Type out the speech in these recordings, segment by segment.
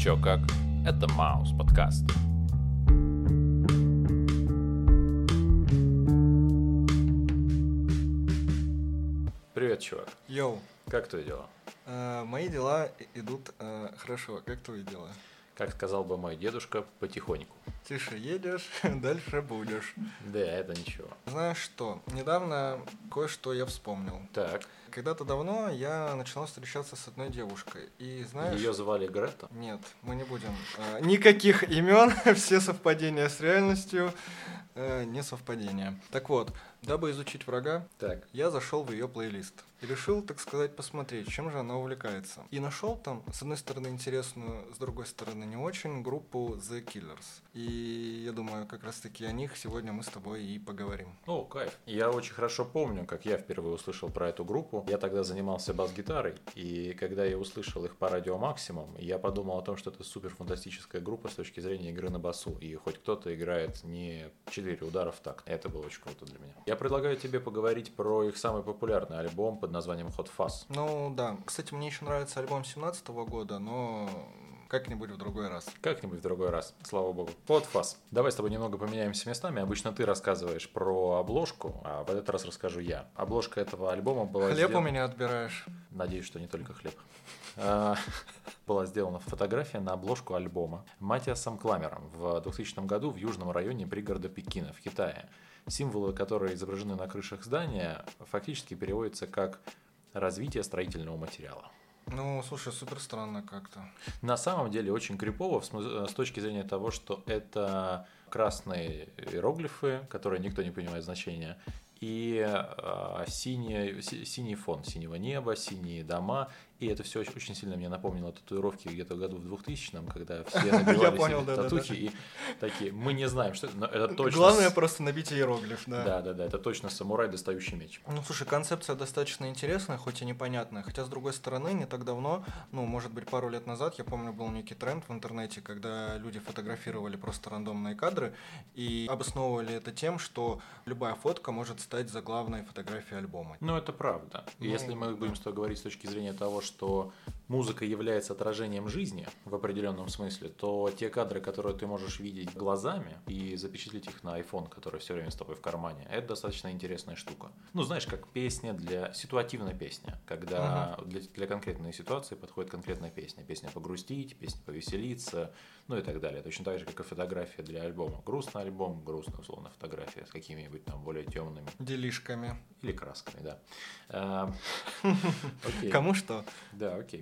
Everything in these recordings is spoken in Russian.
чё как, это Маус подкаст. Привет, чувак. Йоу. Как твои дела? Мои дела идут хорошо. Как твои дела? Как сказал бы мой дедушка, потихоньку. Тише едешь, дальше будешь. Да, это ничего. Знаешь что? Недавно кое-что я вспомнил. Так. Когда-то давно я начинал встречаться с одной девушкой. И знаешь... Ее звали Грета? Нет, мы не будем. Никаких имен, все совпадения с реальностью. Не совпадения. Так вот, дабы изучить врага, я зашел в ее плейлист. И решил, так сказать, посмотреть, чем же она увлекается. И нашел там, с одной стороны, интересную, с другой стороны, не очень, группу The Killers. И я думаю, как раз-таки о них сегодня мы с тобой и поговорим. О, кайф. Я очень хорошо помню, как я впервые услышал про эту группу. Я тогда занимался бас-гитарой, и когда я услышал их по радио Максимум, я подумал о том, что это супер фантастическая группа с точки зрения игры на басу. И хоть кто-то играет не 4 удара в такт. Это было очень круто для меня. Я предлагаю тебе поговорить про их самый популярный альбом под названием Hot Fuzz. Ну да. Кстати, мне еще нравится альбом 2017 года, но как-нибудь в другой раз. Как-нибудь в другой раз, слава богу. Hot Fuzz. Давай с тобой немного поменяемся местами. Обычно ты рассказываешь про обложку, а в этот раз расскажу я. Обложка этого альбома была Хлеб у меня отбираешь. Надеюсь, что не только хлеб. Была сделана фотография на обложку альбома Матиасом Кламером в 2000 году в южном районе пригорода Пекина в Китае. Символы, которые изображены на крышах здания, фактически переводятся как «развитие строительного материала». Ну, слушай, супер странно как-то. На самом деле очень крипово с точки зрения того, что это красные иероглифы, которые никто не понимает значения, и синий фон синего неба, синие дома. И это все очень сильно мне напомнило татуировки где-то в году в 2000-м, когда все набивали себе татухи и такие, мы не знаем, что это, но это точно... Главное просто набить иероглиф, да. Да, это точно самурай, достающий меч. Ну, слушай, концепция достаточно интересная, хоть и непонятная. Хотя, с другой стороны, не так давно, ну, может быть, пару лет назад, я помню, был некий тренд в интернете, когда люди фотографировали просто рандомные кадры и обосновывали это тем, что любая фотка может стать заглавной фотографией альбома. Ну, это правда. Если мы будем с тобой говорить с точки зрения того, что музыка является отражением жизни в определенном смысле, то те кадры, которые ты можешь видеть глазами и запечатлеть их на iPhone, который все время с тобой в кармане, это достаточно интересная штука. Ну, знаешь, как песня ситуативная песня, когда для конкретной ситуации подходит конкретная песня. Песня погрустить, песня повеселиться, ну и так далее. Точно так же, как и фотография для альбома. Грустный альбом, грустная, условно, фотография с какими-нибудь там более темными. Делишками. Или красками, да. Кому что? Да, окей.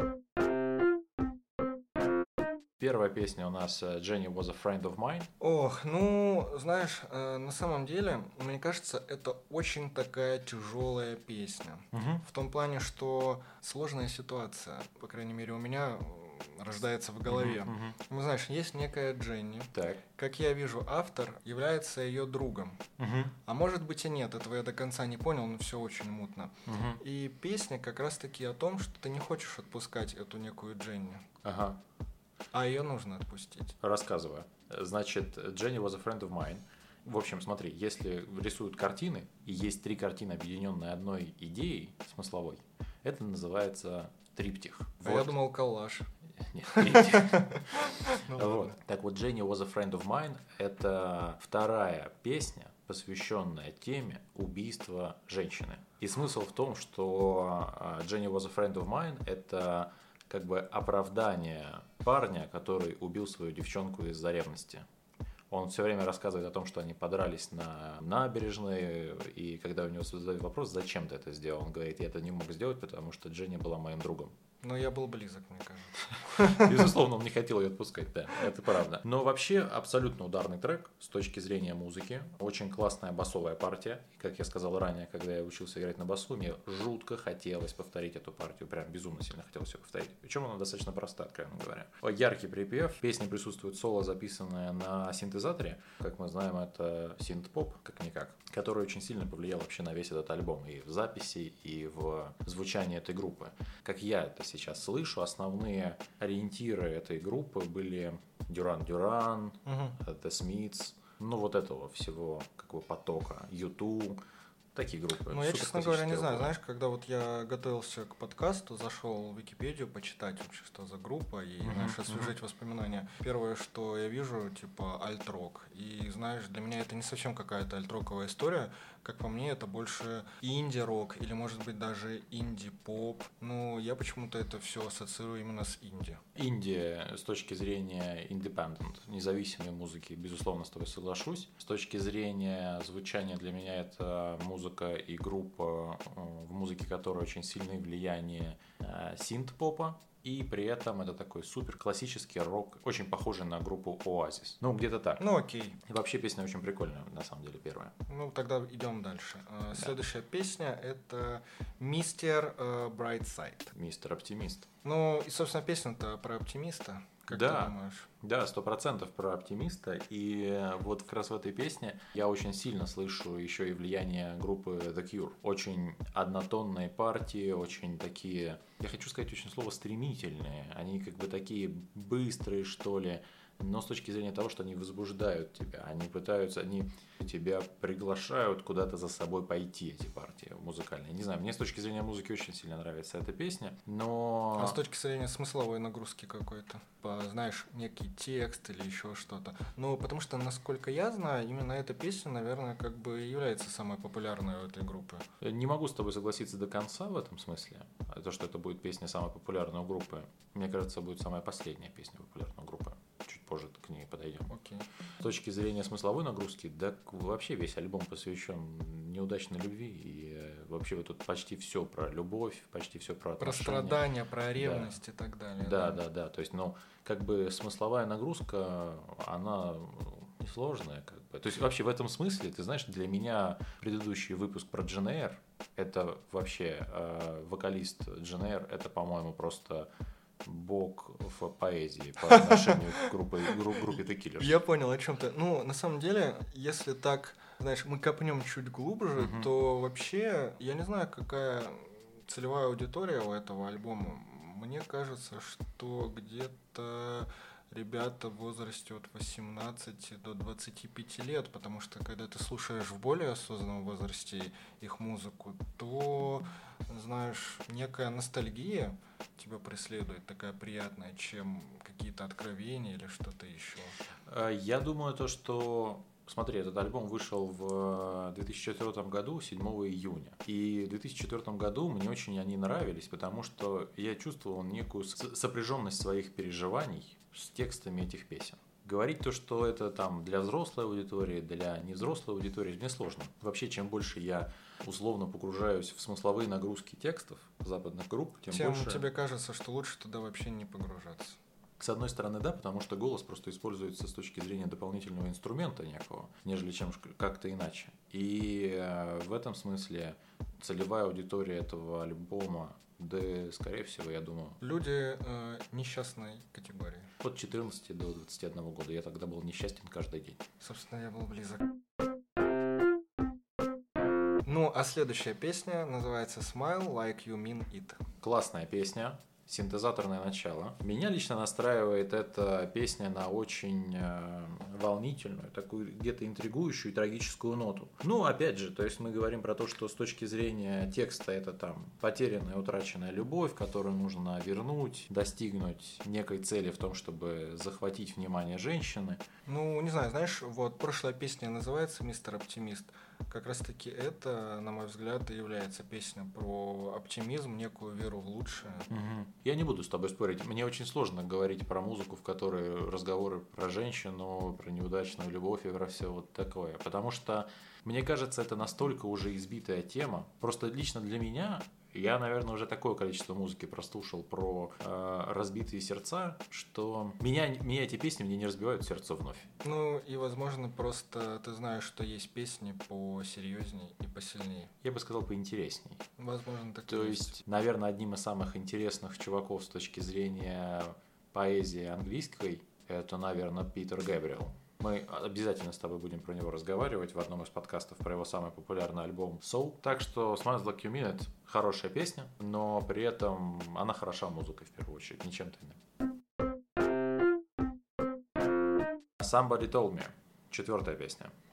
Первая песня у нас «Jenny was a friend of mine». Ох, ну, знаешь, на самом деле, мне кажется, это очень такая тяжелая песня. В том плане, что сложная ситуация, по крайней мере, у меня рождается в голове. Ну, знаешь, есть некая Дженни. Так. Как я вижу, автор является ее другом. А может быть и нет, этого я до конца не понял, но все очень мутно. И песня как раз-таки о том, что ты не хочешь отпускать эту некую Дженни. Ага. А ее нужно отпустить. Рассказываю. Значит, Jenny was a friend of mine. В общем, смотри, если рисуют картины, и есть 3 картины, объединенные одной идеей смысловой, это называется триптих. А я думал, коллаж. Нет, триптих. Вот. Так вот, Jenny was a friend of mine – это вторая песня, посвященная теме убийства женщины. И смысл в том, что Jenny was a friend of mine – это как бы оправдание парня, который убил свою девчонку из-за ревности. Он все время рассказывает о том, что они подрались на набережной, и когда у него задают вопрос, зачем ты это сделал, он говорит, я это не мог сделать, потому что Дженни была моим другом. Но я был близок, мне кажется. Безусловно, он не хотел ее отпускать, да, это правда. Но вообще абсолютно ударный трек с точки зрения музыки. Очень классная басовая партия. Как я сказал ранее, когда я учился играть на басу, мне жутко хотелось повторить эту партию. Прям безумно сильно хотелось ее повторить. Причем она достаточно проста, откровенно говоря. Яркий припев. В песне присутствует соло, записанное на синтезаторе. Как мы знаем, это синт-поп, как-никак, который очень сильно повлиял вообще на весь этот альбом. И в записи, и в звучании этой группы. Как я это сейчас слышу, основные ориентиры этой группы были Duran Duran, The Smiths, ну вот этого всего как бы потока, U2, Такие группы. Ну, я, честно говоря, не знаю. Знаешь, когда вот я готовился к подкасту, зашел в Википедию почитать вообще, что за группа, и, знаешь, освежить воспоминания. Первое, что я вижу, типа, альт-рок. И, знаешь, для меня это не совсем какая-то альт-роковая история. Как по мне, это больше инди-рок или, может быть, даже инди-поп. Ну, я почему-то это все ассоциирую именно с инди. Инди с точки зрения independent, независимой музыки, безусловно, с тобой соглашусь. С точки зрения звучания для меня это музыка и группа, в музыке которой очень сильные влияния синт-попа. И при этом это такой супер классический рок, очень похожий на группу Oasis. Ну, где-то так. Ну, окей. И вообще песня очень прикольная, на самом деле, первая. Ну, тогда идем дальше. Следующая песня — это «Мистер Брайтсайд». Мистер Оптимист. Ну, и, собственно, песня-то про оптимиста. Как ты думаешь? Да, 100% про оптимиста. И вот как раз в этой песне я очень сильно слышу еще и влияние группы The Cure. Очень однотонные партии, очень такие, я хочу сказать очень слово стремительные. Они как бы такие быстрые, что ли. Но с точки зрения того, что они возбуждают тебя, они тебя приглашают куда-то за собой пойти, эти партии музыкальные. Не знаю, мне с точки зрения музыки очень сильно нравится эта песня, но... А с точки зрения смысловой нагрузки какой-то? Знаешь, некий текст или еще что-то? Ну, потому что, насколько я знаю, именно эта песня, наверное, как бы является самой популярной у этой группы. Не могу с тобой согласиться до конца в этом смысле. То, что это будет песня самой популярной у группы, мне кажется, будет самая последняя песня популярной группы. Чуть позже к ней подойдем. Okay. С точки зрения смысловой нагрузки, да вообще весь альбом посвящен неудачной любви. И вообще вот тут почти все про любовь, почти все про отношения. Про страдания, про ревность и так далее. Да. То есть, ну, как бы смысловая нагрузка, она несложная. Как бы. То есть вообще в этом смысле, ты знаешь, для меня предыдущий выпуск про Джейн Эйр, это вообще вокалист Джейн Эйр, это, по-моему, просто... бог в поэзии по отношению к группе The Killers. Я понял, о чем ты. Ну, на самом деле, если так, знаешь, мы копнем чуть глубже, то вообще, я не знаю, какая целевая аудитория у этого альбома. Мне кажется, что где-то ребята в возрасте от 18 до 25 лет, потому что когда ты слушаешь в более осознанном возрасте их музыку, то, знаешь, некая ностальгия тебя преследует, такая приятная, чем какие-то откровения или что-то еще. Я думаю, то, что... Смотри, этот альбом вышел в 2004 году, 7 июня. И в 2004 году мне очень они нравились, потому что я чувствовал некую сопряженность своих переживаний с текстами этих песен. Говорить то, что это там для взрослой аудитории, для невзрослой аудитории, мне сложно. Вообще, чем больше я условно погружаюсь в смысловые нагрузки текстов западных групп, тем больше... тебе кажется, что лучше туда вообще не погружаться. С одной стороны, да, потому что голос просто используется с точки зрения дополнительного инструмента некого, нежели чем как-то иначе. И в этом смысле целевая аудитория этого альбома, да, скорее всего, я думаю... Люди несчастной категории. От 14 до 21 года. Я тогда был несчастен каждый день. Собственно, я был близок. Ну, а следующая песня называется «Smile Like You Mean It». Классная песня. Синтезаторное начало. Меня лично настраивает эта песня на очень волнительную, такую где-то интригующую и трагическую ноту. Ну, опять же, то есть мы говорим про то, что с точки зрения текста это там потерянная, утраченная любовь, которую нужно вернуть, достигнуть некой цели в том, чтобы захватить внимание женщины. Ну, не знаю, знаешь, вот прошлая песня называется «Мистер Оптимист». Как раз-таки это, на мой взгляд, и является песня про оптимизм, некую веру в лучшее. Угу. Я не буду с тобой спорить. Мне очень сложно говорить про музыку, в которой разговоры про женщину, про неудачную любовь и про все вот такое. Потому что, мне кажется, это настолько уже избитая тема. Просто лично для меня... Я, наверное, уже такое количество музыки прослушал про разбитые сердца, что меня эти песни мне не разбивают сердце вновь. Ну и, возможно, просто ты знаешь, что есть песни посерьезней и посильнее. Я бы сказал, поинтересней. Возможно, так и То есть, наверное, одним из самых интересных чуваков с точки зрения поэзии английской, это, наверное, Питер Гэбриэл. Мы обязательно с тобой будем про него разговаривать в одном из подкастов про его самый популярный альбом Soul. Так что Smiles Like You Mean It хорошая песня, но при этом она хороша музыкой в первую очередь, не чем-то иным. Somebody Told Me, 4-я песня.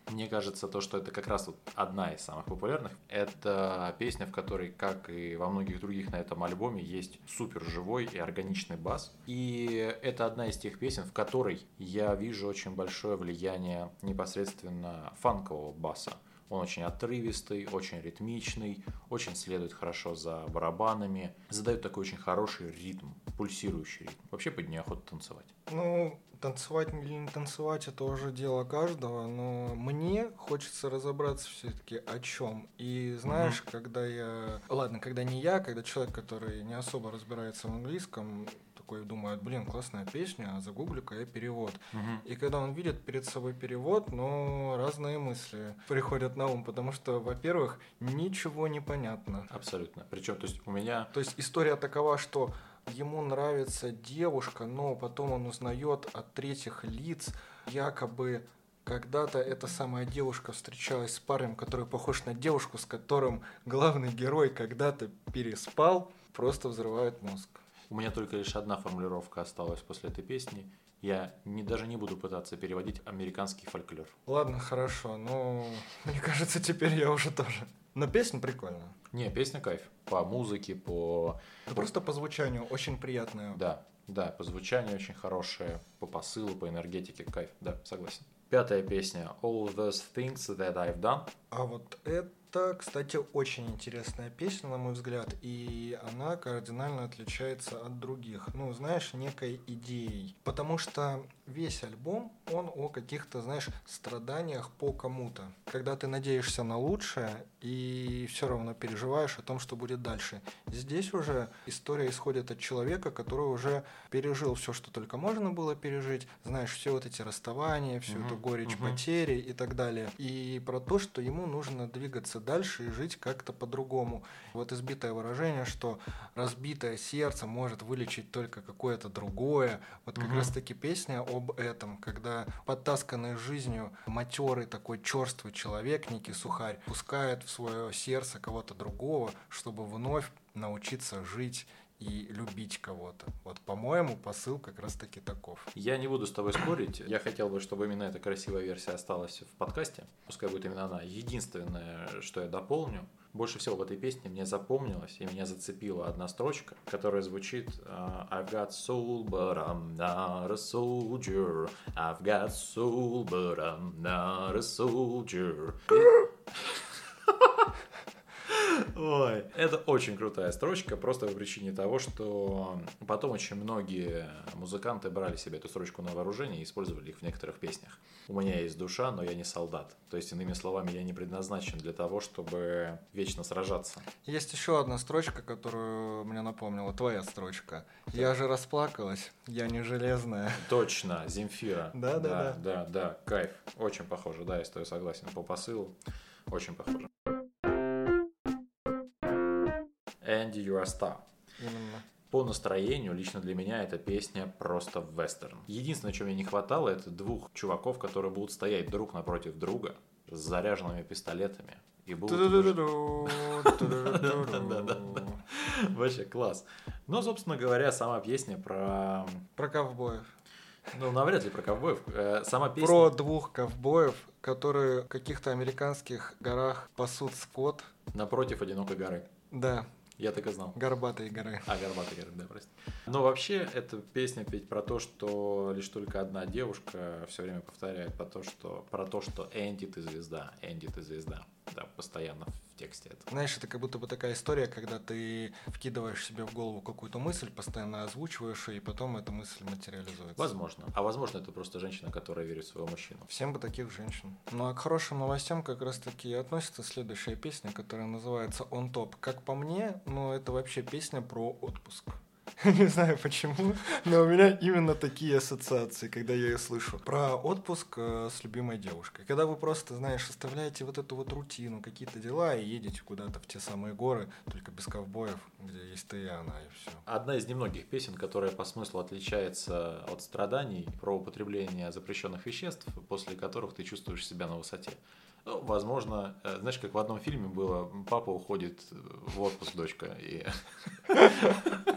Мне кажется, то, что это как раз вот одна из самых популярных. Это песня, в которой, как и во многих других на этом альбоме, есть супер живой и органичный бас. И это одна из тех песен, в которой я вижу очень большое влияние непосредственно фанкового баса. Он очень отрывистый, очень ритмичный, очень следует хорошо за барабанами, задает такой очень хороший ритм, пульсирующий ритм. Вообще под нее охота танцевать. Ну, танцевать или не танцевать, это уже дело каждого, но мне хочется разобраться все-таки о чем. И знаешь, когда не я, когда человек, который не особо разбирается в английском, такой думает, классная песня, а загуглю-ка я перевод. И когда он видит перед собой перевод, разные мысли приходят на ум, потому что, во-первых, ничего не понятно. Абсолютно. Причем, то есть у меня... То есть история такова, что ему нравится девушка, но потом он узнает от третьих лиц, якобы когда-то эта самая девушка встречалась с парнем, который похож на девушку, с которым главный герой когда-то переспал, просто взрывает мозг. У меня только лишь одна формулировка осталась после этой песни. Я даже не буду пытаться переводить американский фольклор. Ладно, хорошо, мне кажется, теперь я уже тоже. Но песня прикольная. Не, песня кайф. По музыке, Просто по звучанию очень приятная. Да, по звучанию очень хорошая, по посылу, по энергетике кайф. Да, согласен. 5-я песня All Those Things That I've Done. А вот это, кстати, очень интересная песня, на мой взгляд, и она кардинально отличается от других. Знаешь, некой идеей. Потому что весь альбом, он о каких-то, страданиях по кому-то. Когда ты надеешься на лучшее и все равно переживаешь о том, что будет дальше. Здесь уже история исходит от человека, который уже пережил все, что только можно было пережить. Знаешь, все вот эти расставания, всю эту горечь потери и так далее. И про то, что ему нужно двигаться дальше и жить как-то по-другому. Вот избитое выражение, что разбитое сердце может вылечить только какое-то другое. Вот как раз-таки песня об этом, когда подтасканный жизнью матерый такой черствый человек, некий сухарь, пускает в свое сердце кого-то другого, чтобы вновь научиться жить и любить кого-то. Вот, по-моему, посыл как раз-таки таков. Я не буду с тобой спорить. Я хотел бы, чтобы именно эта красивая версия осталась в подкасте. Пускай будет именно она. Единственное, что я дополню, больше всего в этой песне мне запомнилась и меня зацепила одна строчка, которая звучит I've got soul, but I'm not a soldier. I've got soul, but I'm not a soldier. Ой, это очень крутая строчка, просто по причине того, что потом очень многие музыканты брали себе эту строчку на вооружение и использовали их в некоторых песнях. У меня есть душа, но я не солдат. То есть, иными словами, я не предназначен для того, чтобы вечно сражаться. Есть еще одна строчка, которую мне напомнила, твоя строчка. Я же расплакалась, я не железная. Точно, Земфира. Да. Кайф. Очень похоже, да, я с тобой согласен. По посылу очень похоже. Andy, You're a Star. Именно. По настроению, лично для меня, эта песня просто вестерн. Единственное, чего мне не хватало, это двух чуваков, которые будут стоять друг напротив друга с заряженными пистолетами. И будут... Вообще класс. Но, собственно говоря, сама песня про... Про ковбоев. Навряд ли про ковбоев. Сама песня... Про двух ковбоев, которые в каких-то американских горах пасут скот. Напротив одинокой горы. Да. Я так и знал. Горбатые горы. Горбатые горы, да, прости. Но вообще, эта песня ведь про то, что лишь только одна девушка все время повторяет про то, что Энди, ты звезда, Энди, ты звезда. Да, постоянно в тексте это. Знаешь, это как будто бы такая история, когда ты вкидываешь себе в голову какую-то мысль, постоянно озвучиваешь ее, и потом эта мысль материализуется. Возможно. А возможно, это просто женщина, которая верит в своего мужчину. Всем бы таких женщин. Ну а к хорошим новостям как раз-таки относится следующая песня, которая называется «On Top». Как по мне, это вообще песня про отпуск. Не знаю почему, но у меня именно такие ассоциации, когда я ее слышу. Про отпуск с любимой девушкой. Когда вы просто, оставляете вот эту вот рутину, какие-то дела и едете куда-то в те самые горы, только без ковбоев, где есть ты и она, и все. Одна из немногих песен, которая по смыслу отличается от страданий, про употребление запрещенных веществ, после которых ты чувствуешь себя на высоте. Возможно, знаешь, как в одном фильме было, папа уходит в отпуск, дочка, и...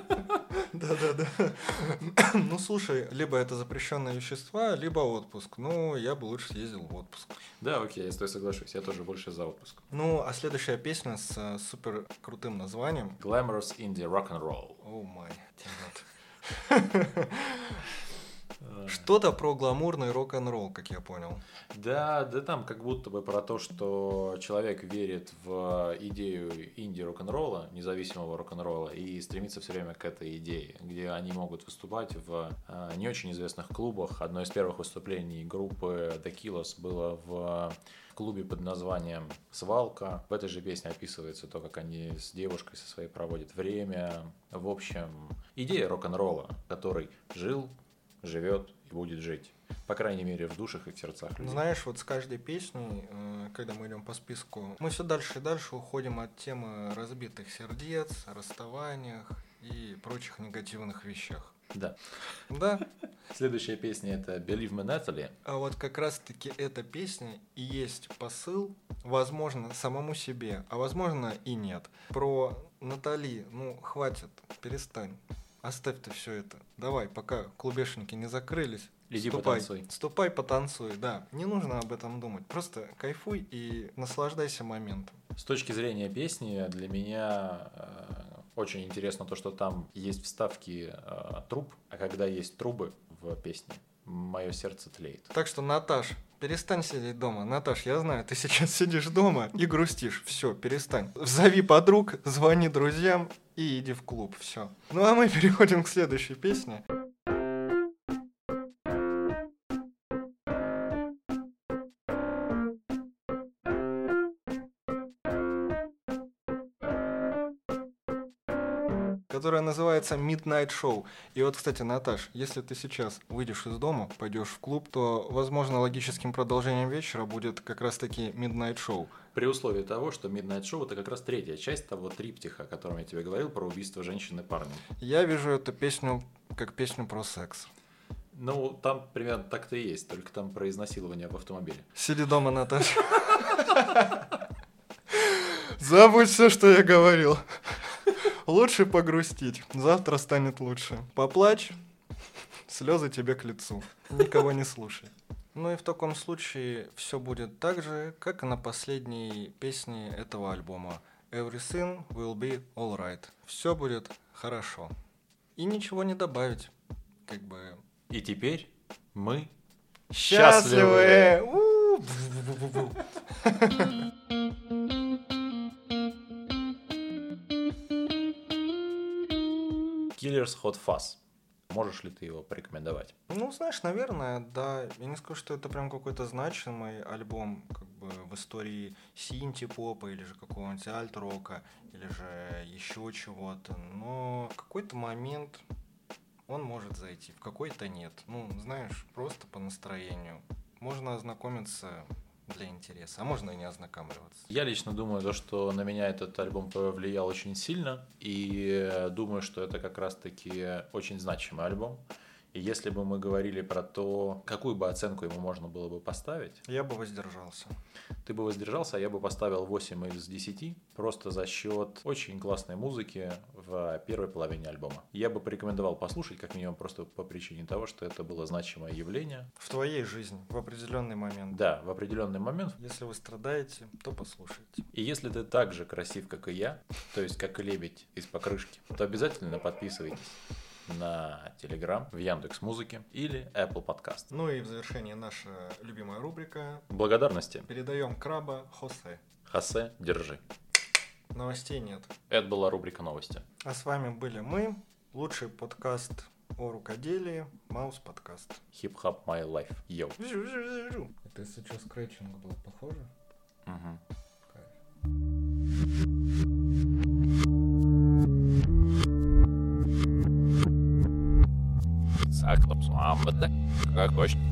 Да. Ну, слушай, либо это запрещенные вещества, либо отпуск. Ну, я бы лучше съездил в отпуск. Да, окей, я с тобой соглашусь. Я тоже больше за отпуск. Ну, а следующая песня с супер крутым названием. Glamorous Indie Rock'n'Roll. О май гад. Что-то про гламурный рок-н-ролл, как я понял. Да, там как будто бы про то, что человек верит в идею инди-рок-н-ролла, независимого рок-н-ролла, и стремится все время к этой идее, где они могут выступать в не очень известных клубах. Одно из первых выступлений группы The Killers было в клубе под названием «Свалка». В этой же песне описывается то, как они с девушкой со своей проводят время. В общем, идея рок-н-ролла, который жил, живет и будет жить. По крайней мере, в душах и в сердцах людей. Знаешь, вот с каждой песней, когда мы идем по списку, мы все дальше и дальше уходим от темы разбитых сердец, расставаниях и прочих негативных вещах. Да. Да. Следующая песня — это Believe Me, Natalie. А вот как раз-таки эта песня и есть посыл, возможно, самому себе, а возможно и нет. Про Натали, ну, хватит, перестань. Оставь ты все это. Давай, пока клубешники не закрылись. Иди потанцуй. Ступай, потанцуй, да. Не нужно об этом думать. Просто кайфуй и наслаждайся моментом. С точки зрения песни, для меня очень интересно то, что там есть вставки труб, а когда есть трубы в песне, мое сердце тлеет. Так что, Наташ, перестань сидеть дома. Наташ, я знаю, ты сейчас сидишь дома и грустишь. Все, перестань. Зови подруг, звони друзьям и иди в клуб. Все. Ну а мы переходим к следующей песне. Которая называется Midnight Show. И вот, кстати, Наташ, если ты сейчас выйдешь из дома, пойдешь в клуб, то, возможно, логическим продолжением вечера будет как раз-таки Midnight Show. При условии того, что Midnight Show — это как раз третья часть того триптиха, о котором я тебе говорил, про убийство женщины и парня. Я вижу эту песню как песню про секс. Ну, там примерно так-то и есть, только там про изнасилование в автомобиле. Сиди дома, Наташа. Забудь все, что я говорил. Лучше погрустить, завтра станет лучше. Поплачь, слезы тебе к лицу. Никого не слушай. Ну и в таком случае все будет так же, как и на последней песне этого альбома. Everything will be alright. Все будет хорошо. И ничего не добавить. Как бы... И теперь мы счастливы! Killers Hot Fuzz. Можешь ли ты его порекомендовать? Ну, знаешь, наверное, да. Я не скажу, что это прям какой-то значимый альбом как бы в истории синти-попа или же какого-нибудь альт-рока, или же еще чего-то. Но в какой-то момент он может зайти, в какой-то нет. Ну, знаешь, просто по настроению. Можно ознакомиться для интереса, а можно и не ознакомливаться. Я лично думаю, что на меня этот альбом повлиял очень сильно, и думаю, что это как раз-таки очень значимый альбом. И если бы мы говорили про то, какую бы оценку ему можно было бы поставить... Я бы воздержался. Ты бы воздержался, а я бы поставил 8 из 10, просто за счет очень классной музыки в первой половине альбома. Я бы порекомендовал послушать, как минимум, просто по причине того, что это было значимое явление. В твоей жизни, в определенный момент. Да, в определенный момент. Если вы страдаете, то послушайте. И если ты так же красив, как и я, то есть как и лебедь из покрышки, то обязательно подписывайтесь на Telegram, в Яндекс.Музыке или Apple Podcast. Ну и в завершение наша любимая рубрика. Благодарности. Передаем краба Хосе. Хосе, держи. Новостей нет. Это была рубрика новости. А с вами были мы, лучший подкаст о рукоделии, Маус подкаст. Hip-hop my life. Йоу. Это если что, скретчинг было похоже? Угу. Как точно.